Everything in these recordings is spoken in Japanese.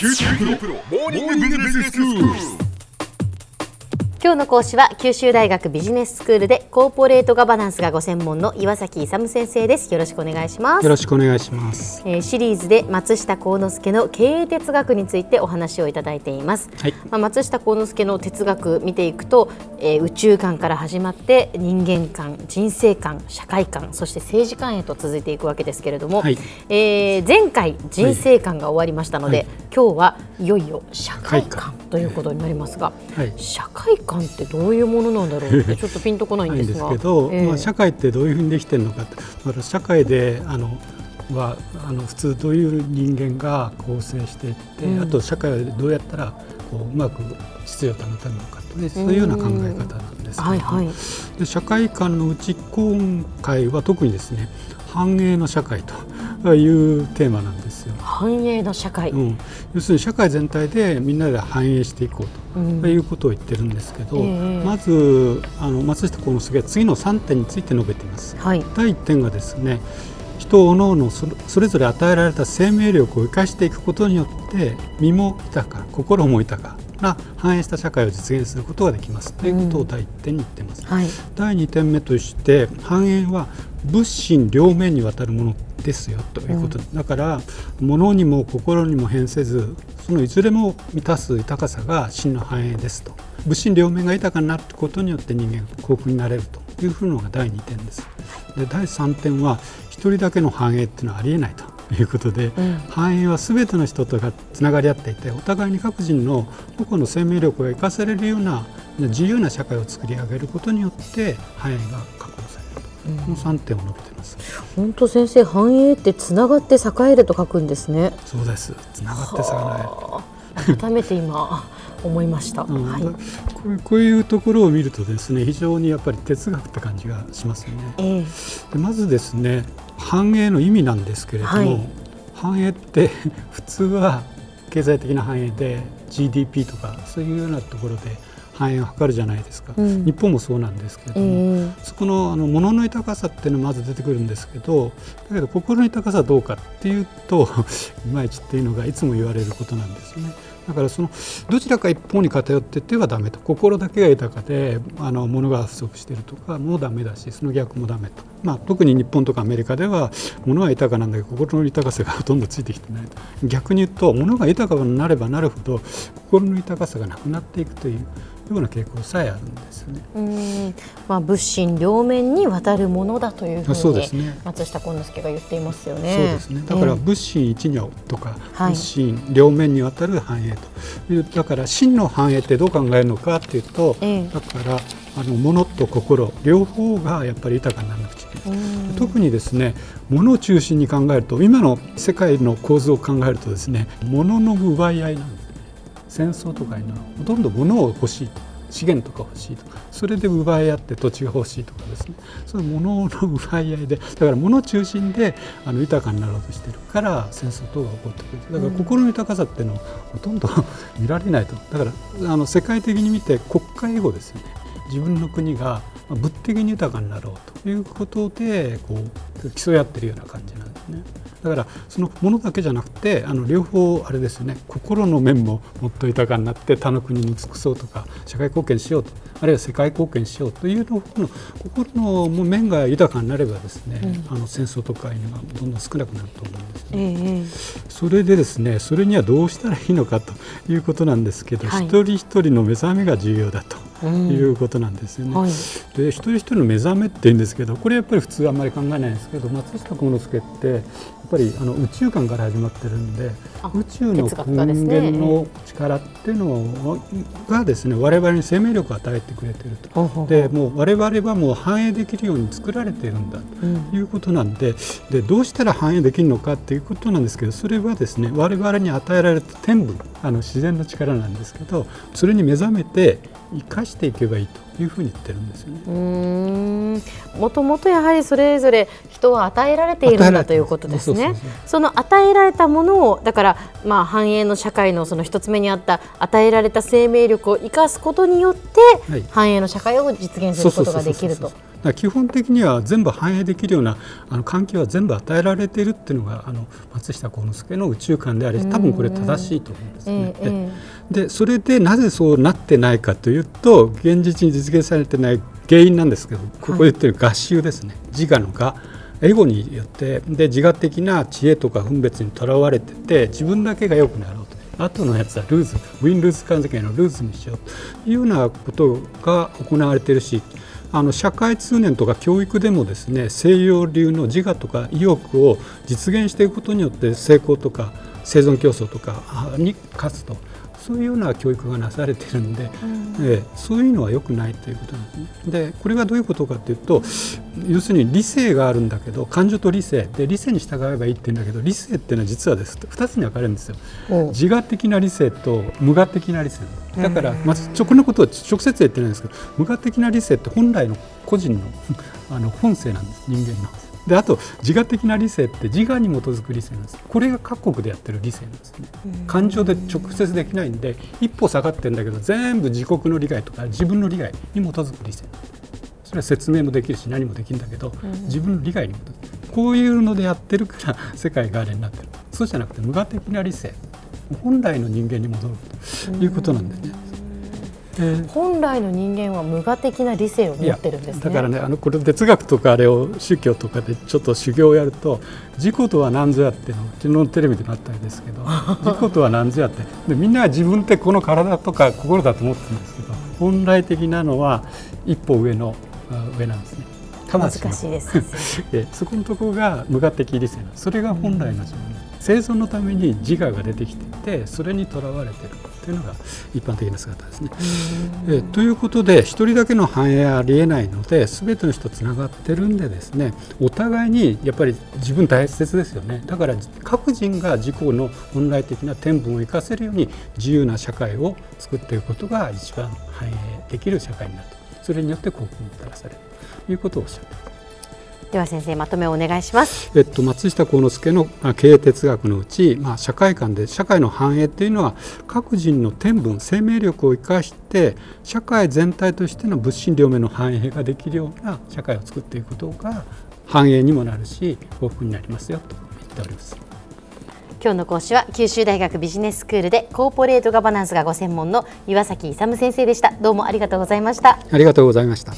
九州大学モーニングビジネススクール。 今日の講師は九州大学ビジネススクールでコーポレートガバナンスがご専門の岩崎勇先生です。よろしくお願いします。 よろしくお願いします。 シリーズで松下幸之助の経営哲学についてお話をいただいています。 はい。 松下幸之助の哲学見ていくと、宇宙観から始まって人間観、人生観、社会観、そして政治観へと続いていくわけですけれども、はい。前回人生観が終わりましたので、はい、今日はいよいよ社会観ということになりますが、はい、社会観ってどういうものなんだろうってちょっとピンとこないんですがないんですけど、社会ってどういうふうにできてるのか、だから社会で普通どういう人間が構成していって、あと社会はどうやったらうまく秩序を保てるのかと、そういうような考え方なんですけど、はいはい、で社会観のうち今回は特にですね、繁栄の社会というテーマなんですよ。 繁栄の社会、 要するに社会全体でみんなで繁栄していこうということを言ってるんですけど、まず松下幸之助は次の3点について述べています。はい、第1点がですね、人おのおのそれぞれ与えられた生命力を生かしていくことによって身も豊か心も豊かな繁栄した社会を実現することができますということを第1点に言っています。はい、第2点目として繁栄は物心両面にわたるものですよということで、だから物にも心にも変せず、そのいずれも満たす豊かさが真の繁栄ですと。物心両面が豊かになることによって人間が幸福になれるというふうなのが第2点です。で第3点は一人だけの繁栄っていうのはありえないということで、繁栄はすべての人とがつながり合っていて、お互いに各人の個々の生命力が生かされるような自由な社会を作り上げることによって繁栄が確保されると、この3点を述べています。 本当先生、繁栄ってつながって栄えると書くんですね。 そうです、つながって栄える。 改めて今思いました。はい、 こういうところを見るとですね、非常にやっぱり哲学って感じがしますよね。でまずですね、繁栄の意味なんですけれども、はい、繁栄って普通は経済的な繁栄で GDP とかそういうようなところで繁栄を図るじゃないですか。日本もそうなんですけれども、そこの物の豊かさっていうのがまず出てくるんですけど、だけど心の豊かさはどうかっていうといまいちっていうのがいつも言われることなんですね。だからそのどちらか一方に偏っていってはダメと、心だけが豊かで物が不足しているとかもダメだし、その逆もダメと、特に日本とかアメリカでは物は豊かなんだけど心の豊かさがほとんどついてきてないと。逆に言うと物が豊かになればなるほど心の豊かさがなくなっていくというような傾向さえあるんですよね。 物心両面にわたるものだというふうに、 ね、 松下幸之助が言っていますよね。 そうですね。だから物心一如とか、物心両面にわたる繁栄という、だから真の繁栄ってどう考えるのかっていうと、だから物と心両方がやっぱり豊かにならなくちゃいけない。特にですね、物を中心に考えると、今の世界の構図を考えるとですね、物の奪い合いなんですね。戦争とかいうのはほとんど物を欲しいと、資源とか欲しいとか、それで奪い合って土地が欲しいとかですね、その物の奪い合いで、だから物中心で豊かになろうとしているから戦争等が起こってくる。だから心の豊かさっていうのはほとんど見られないと。だから世界的に見て国家エゴですよね。自分の国が物的に豊かになろうということで競い合っているような感じなんですね。だからそのものだけじゃなくて両方あれですよね、心の面ももっと豊かになって他の国に尽くそうとか、社会貢献しようと、あるいは世界貢献しようというの心の面が豊かになればですね、戦争とかいうのがどんどん少なくなると思うんですね。それでですね、それにはどうしたらいいのかということなんですけど、一人一人の目覚めが重要だということなんですよね。で一人一人の目覚めって言うんですけど、これやっぱり普通あんまり考えないんですけど、松下幸之助ってやっぱり宇宙観から始まってるんで、宇宙の根源の力っていうのがですね、我々に生命力を与えてくれていると。でもう我々はもう繁栄できるように作られているんだということなんで、どうしたら繁栄できるのかっていうことなんですけど、それはですね、我々に与えられた天賦、自然の力なんですけど、それに目覚めて生かしていけばいいというふうに言ってるんですよね。 もともとやはりそれぞれ人は与えられているんだということですね。その与えられたものを、だから繁栄の社会のその一つ目にあった与えられた生命力を生かすことによって、繁栄の社会を実現することができると。 から基本的には全部反映できるような環境は全部与えられているっていうのが松下幸之助の宇宙観であり、多分これ正しいと思うんですね。でそれでなぜそうなってないかというと、現実に実現されてない原因なんですけど、ここで言ってる我習ですね。自我の我、エゴによってで自我的な知恵とか分別にとらわれてて、自分だけが良くなろうと、後のやつはルーズ、ウィン・ルーズ関係のルーズにしようというようなことが行われているし、社会通念とか教育でもですね、西洋流の自我とか意欲を実現していくことによって成功とか生存競争とかに勝つと、そういうような教育がなされているので、そういうのは良くないということなんですね。でこれがどういうことかというと、要するに理性があるんだけど、感情と理性で、理性に従えばいいって言うんだけど、理性っていうのは実はです2つに分かれるんですよ。自我的な理性と無我的な理性だから、このことを直接言ってないんですけど、無我的な理性って本来の個人の本性なんです、人間の。であと自我的な理性って自我に基づく理性なんです。これが各国でやってる理性なんですね。感情で直接できないんで、一歩下がってるんだけど、全部自国の利害とか自分の利害に基づく理性。それは説明もできるし何もできるんだけど、自分の利害に基づく、こういうのでやってるから世界があれになってる。そうじゃなくて無我的な理性、本来の人間に戻るということなんですね。 本来の人間は無我的な理性を持ってるんですね。 だからね、これ哲学とかあれを宗教とかでちょっと修行をやると、自己とは何ぞやっていうのを昨日のテレビでもあったんですけど自己とは何ぞやってで、みんなは自分ってこの体とか心だと思ってるんですけど、本来的なのは一歩上なんですね。 難しいですそこのところが無我的理性なんです。それが本来の自分、生存のために自我が出てきていて、それにとらわれているというのが一般的な姿ですね。ということで、一人だけの繁栄はありえないので、全ての人つながってるんでですね、お互いにやっぱり自分大切ですよね。だから各人が自己の本来的な天分を生かせるように自由な社会を作っていくことが一番繁栄できる社会になると、それによって幸福にもたらされるということをおっしゃっています。 では先生、まとめをお願いします。 松下幸之助の経営哲学のうち、社会観で社会の繁栄というのは、各人の天分、生命力を生かして社会全体としての物心両面の繁栄ができるような社会を作っていくことが繁栄にもなるし幸福になりますよと言っております。 今日の講師は九州大学ビジネススクールでコーポレートガバナンスがご専門の岩崎勇先生でした。どうもありがとうございました。 ありがとうございました。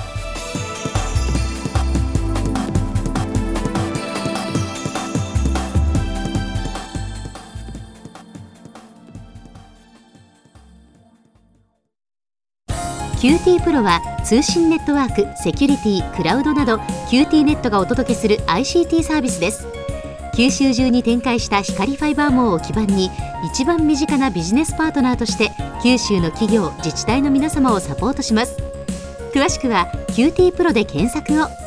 QT プロは通信ネットワーク、セキュリティ、クラウドなど QT ネットがお届けする ICT サービスです。九州中に展開した光ファイバー網を基盤に、一番身近なビジネスパートナーとして九州の企業、自治体の皆様をサポートします。詳しくは QT プロで検索を。